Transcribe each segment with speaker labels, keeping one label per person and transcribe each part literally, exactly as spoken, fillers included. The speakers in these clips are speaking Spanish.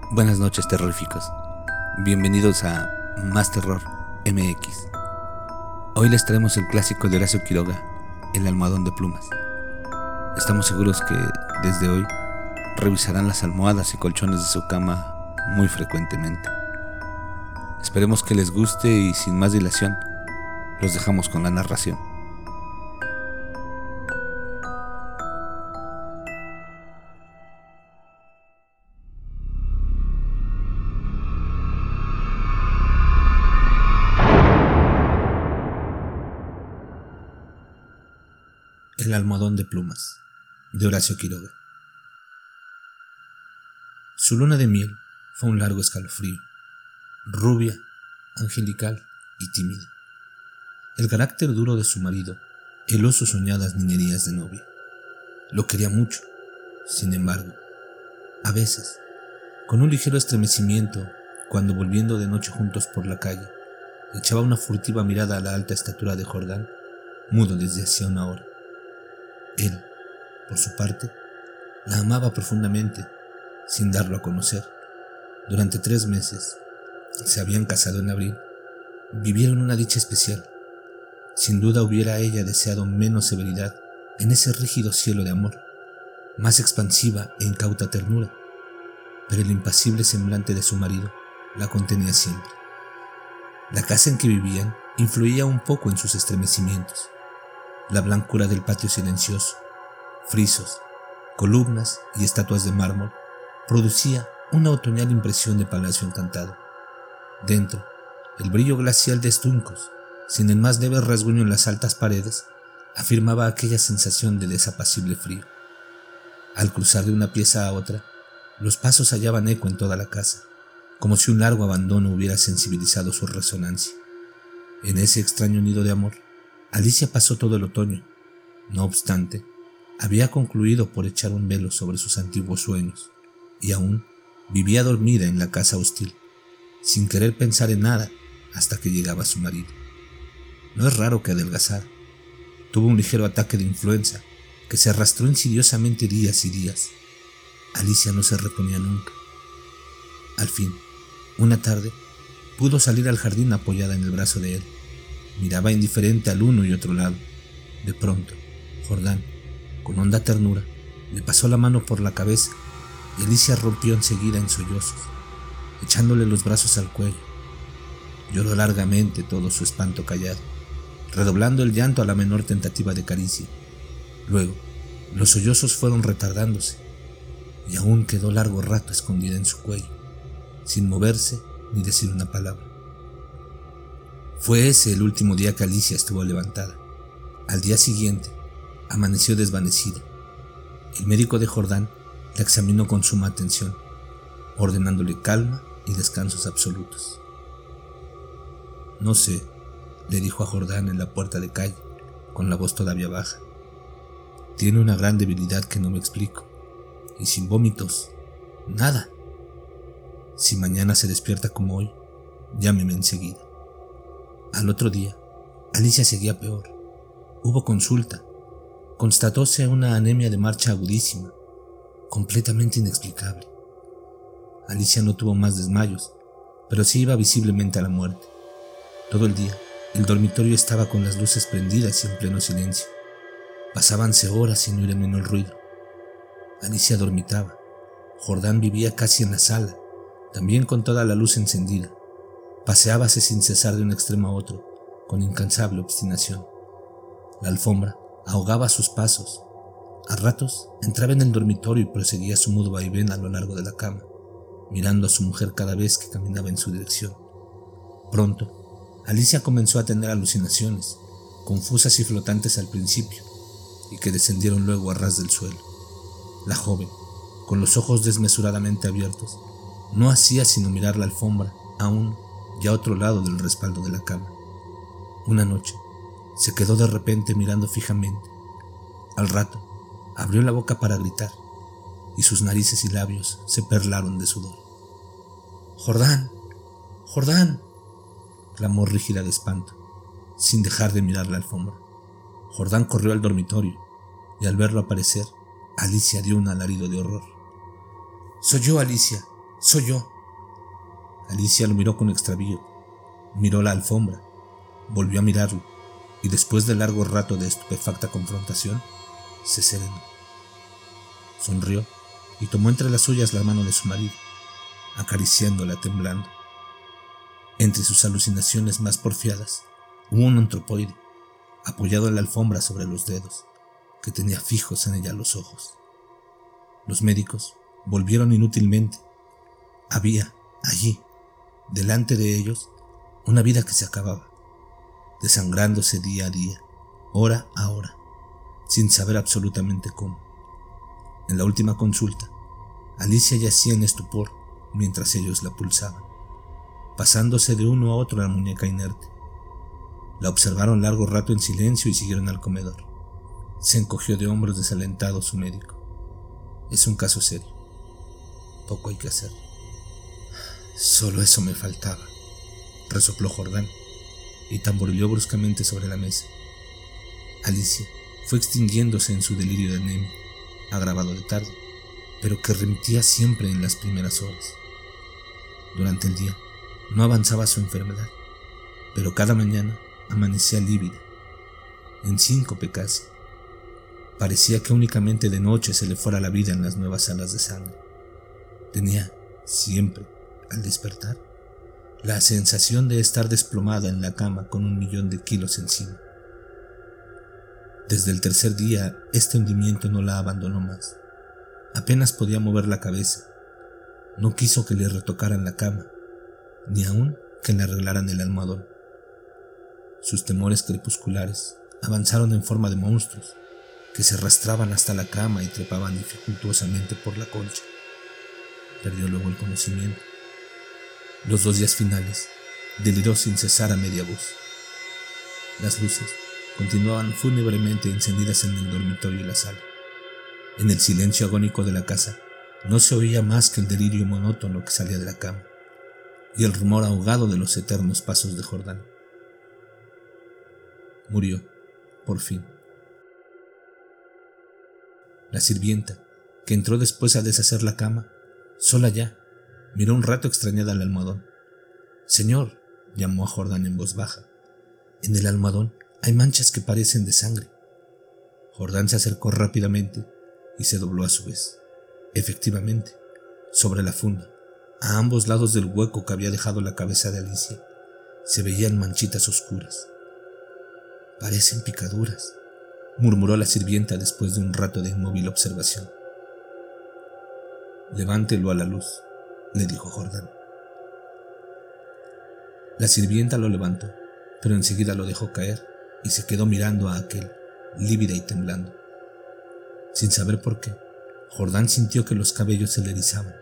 Speaker 1: Buenas noches, terroríficos. Bienvenidos a Más Terror M X. Hoy les traemos el clásico de Horacio Quiroga, El almohadón de plumas. Estamos seguros que desde hoy revisarán las almohadas y colchones de su cama muy frecuentemente. Esperemos que les guste y sin más dilación, los dejamos con la narración. El almohadón de plumas, de Horacio Quiroga. Su luna de miel fue un largo escalofrío, rubia, angelical y tímida. El carácter duro de su marido heló sus soñadas niñerías de novia. Lo quería mucho, sin embargo, a veces, con un ligero estremecimiento, cuando volviendo de noche juntos por la calle, echaba una furtiva mirada a la alta estatura de Jordán, mudo desde hacía una hora. Él, por su parte, la amaba profundamente, sin darlo a conocer. Durante tres meses, se habían casado en abril, vivieron una dicha especial. Sin duda hubiera ella deseado menos severidad en ese rígido cielo de amor, más expansiva e incauta ternura, pero el impasible semblante de su marido la contenía siempre. La casa en que vivían influía un poco en sus estremecimientos. La blancura del patio silencioso, frisos, columnas y estatuas de mármol producía una otoñal impresión de palacio encantado. Dentro, el brillo glacial de estuncos, sin el más leve rasguño en las altas paredes, afirmaba aquella sensación de desapacible frío. Al cruzar de una pieza a otra, los pasos hallaban eco en toda la casa, como si un largo abandono hubiera sensibilizado su resonancia. En ese extraño nido de amor, Alicia pasó todo el otoño. No obstante, había concluido por echar un velo sobre sus antiguos sueños, y aún vivía dormida en la casa hostil, sin querer pensar en nada hasta que llegaba su marido. No es raro que adelgazara. Tuvo un ligero ataque de influenza que se arrastró insidiosamente días y días. Alicia no se reponía nunca. Al fin, una tarde, pudo salir al jardín apoyada en el brazo de él. Miraba indiferente al uno y otro lado. De pronto, Jordán, con honda ternura, le pasó la mano por la cabeza y Alicia rompió enseguida en sollozos, echándole los brazos al cuello. Lloró largamente, todo su espanto callado, redoblando el llanto a la menor tentativa de caricia. Luego, los sollozos fueron retardándose y aún quedó largo rato escondida en su cuello, sin moverse ni decir una palabra. Fue ese el último día que Alicia estuvo levantada. Al día siguiente, amaneció desvanecida. El médico de Jordán la examinó con suma atención, ordenándole calma y descansos absolutos. No sé, le dijo a Jordán en la puerta de calle, con la voz todavía baja. Tiene una gran debilidad que no me explico, y sin vómitos, nada. Si mañana se despierta como hoy, llámeme enseguida. Al otro día, Alicia seguía peor. Hubo consulta. Constatóse una anemia de marcha agudísima, completamente inexplicable. Alicia no tuvo más desmayos, pero sí iba visiblemente a la muerte. Todo el día, el dormitorio estaba con las luces prendidas y en pleno silencio. Pasábanse horas sin oír el menor ruido. Alicia dormitaba. Jordán vivía casi en la sala, también con toda la luz encendida. Paseábase sin cesar de un extremo a otro, con incansable obstinación. La alfombra ahogaba sus pasos. A ratos entraba en el dormitorio y proseguía su mudo vaivén a lo largo de la cama, mirando a su mujer cada vez que caminaba en su dirección. Pronto, Alicia comenzó a tener alucinaciones, confusas y flotantes al principio, y que descendieron luego a ras del suelo. La joven, con los ojos desmesuradamente abiertos, no hacía sino mirar la alfombra a uno y a otro lado del respaldo de la cama. Una noche, se quedó de repente mirando fijamente. Al rato, abrió la boca para gritar, y sus narices y labios se perlaron de sudor. ¡Jordán! ¡Jordán!, clamó rígida de espanto, sin dejar de mirar la alfombra. Jordán corrió al dormitorio, y al verlo aparecer, Alicia dio un alarido de horror. «Soy yo, Alicia. soy yo. Alicia lo miró con extravío, miró la alfombra, volvió a mirarlo, y después de largo rato de estupefacta confrontación, se serenó. Sonrió y tomó entre las suyas la mano de su marido, acariciándola temblando. Entre sus alucinaciones más porfiadas, hubo un antropoide, apoyado en la alfombra sobre los dedos, que tenía fijos en ella los ojos. Los médicos volvieron inútilmente. Había, allí, delante de ellos, una vida que se acababa, desangrándose día a día, hora a hora, sin saber absolutamente cómo. En la última consulta, Alicia yacía en estupor mientras ellos la pulsaban, pasándose de uno a otro la muñeca inerte. La observaron largo rato en silencio y siguieron al comedor. Se encogió de hombros desalentado su médico. Es un caso serio. Poco hay que hacer. Solo eso me faltaba, resopló Jordán y tamborileó bruscamente sobre la mesa. Alicia fue extinguiéndose en su delirio de anemia, agravado de tarde, pero que remitía siempre en las primeras horas. Durante el día no avanzaba su enfermedad, pero cada mañana amanecía lívida, en síncope casi. Parecía que únicamente de noche se le fuera la vida en las nuevas salas de sangre. Tenía siempre, al despertar, la sensación de estar desplomada en la cama con un millón de kilos encima. Desde el tercer día, este hundimiento no la abandonó más. Apenas podía mover la cabeza. No quiso que le retocaran la cama, ni aun que le arreglaran el almohadón. Sus temores crepusculares avanzaron en forma de monstruos que se arrastraban hasta la cama y trepaban dificultuosamente por la colcha. Perdió luego el conocimiento. Los dos días finales deliró sin cesar a media voz. Las luces continuaban fúnebremente encendidas en el dormitorio y la sala. En el silencio agónico de la casa no se oía más que el delirio monótono que salía de la cama y el rumor ahogado de los eternos pasos de Jordán. Murió, por fin. La sirvienta, que entró después a deshacer la cama, sola ya, miró un rato extrañada al almohadón. «Señor», llamó a Jordán en voz baja, «en el almohadón hay manchas que parecen de sangre». Jordán se acercó rápidamente y se dobló a su vez. Efectivamente, sobre la funda, a ambos lados del hueco que había dejado la cabeza de Alicia, se veían manchitas oscuras. «Parecen picaduras», murmuró la sirvienta después de un rato de inmóvil observación. «Levántelo a la luz», le dijo Jordán. La sirvienta lo levantó, pero enseguida lo dejó caer y se quedó mirando a aquel, lívida y temblando. Sin saber por qué, Jordán sintió que los cabellos se le erizaban.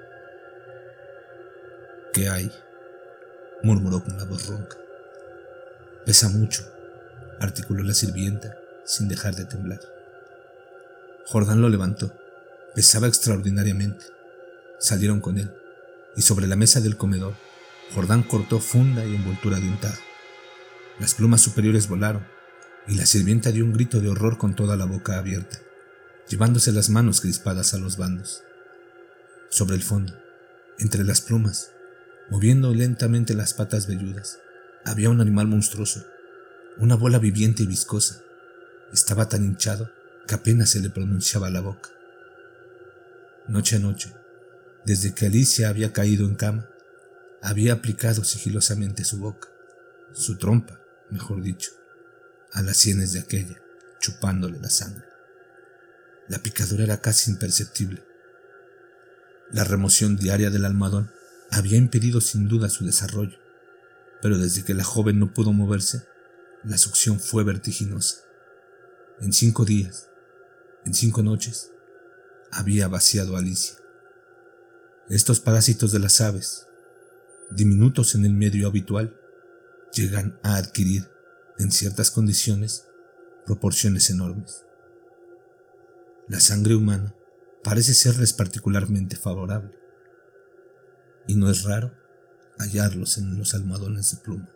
Speaker 1: «¿Qué hay?», murmuró con la voz ronca. «Pesa mucho», articuló la sirvienta sin dejar de temblar. Jordán lo levantó. Pesaba extraordinariamente. Salieron con él, y sobre la mesa del comedor, Jordán cortó funda y envoltura de untado. Las plumas superiores volaron, y la sirvienta dio un grito de horror con toda la boca abierta, llevándose las manos crispadas a los bandos. Sobre el fondo, entre las plumas, moviendo lentamente las patas velludas, había un animal monstruoso, una bola viviente y viscosa. Estaba tan hinchado que apenas se le pronunciaba la boca. Noche a noche, desde que Alicia había caído en cama, había aplicado sigilosamente su boca, su trompa, mejor dicho, a las sienes de aquella, chupándole la sangre. La picadura era casi imperceptible. La remoción diaria del almohadón había impedido sin duda su desarrollo, pero desde que la joven no pudo moverse, la succión fue vertiginosa. En cinco días, en cinco noches, había vaciado a Alicia. Estos parásitos de las aves, diminutos en el medio habitual, llegan a adquirir, en ciertas condiciones, proporciones enormes. La sangre humana parece serles particularmente favorable, y no es raro hallarlos en los almohadones de pluma.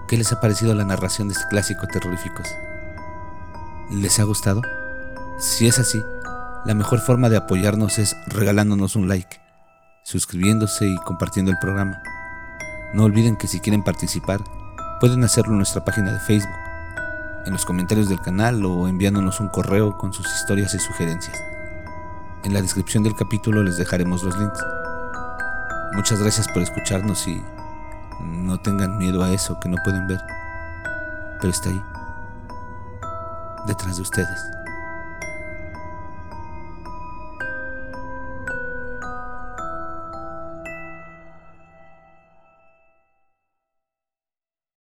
Speaker 1: ¿Qué les ha parecido la narración de este clásico terroríficos? ¿Les ha gustado? Si es así, la mejor forma de apoyarnos es regalándonos un like, suscribiéndose y compartiendo el programa. No olviden que si quieren participar, pueden hacerlo en nuestra página de Facebook, en los comentarios del canal o enviándonos un correo con sus historias y sugerencias. En la descripción del capítulo les dejaremos los links. Muchas gracias por escucharnos y no tengan miedo a eso que no pueden ver, pero está ahí, detrás de ustedes.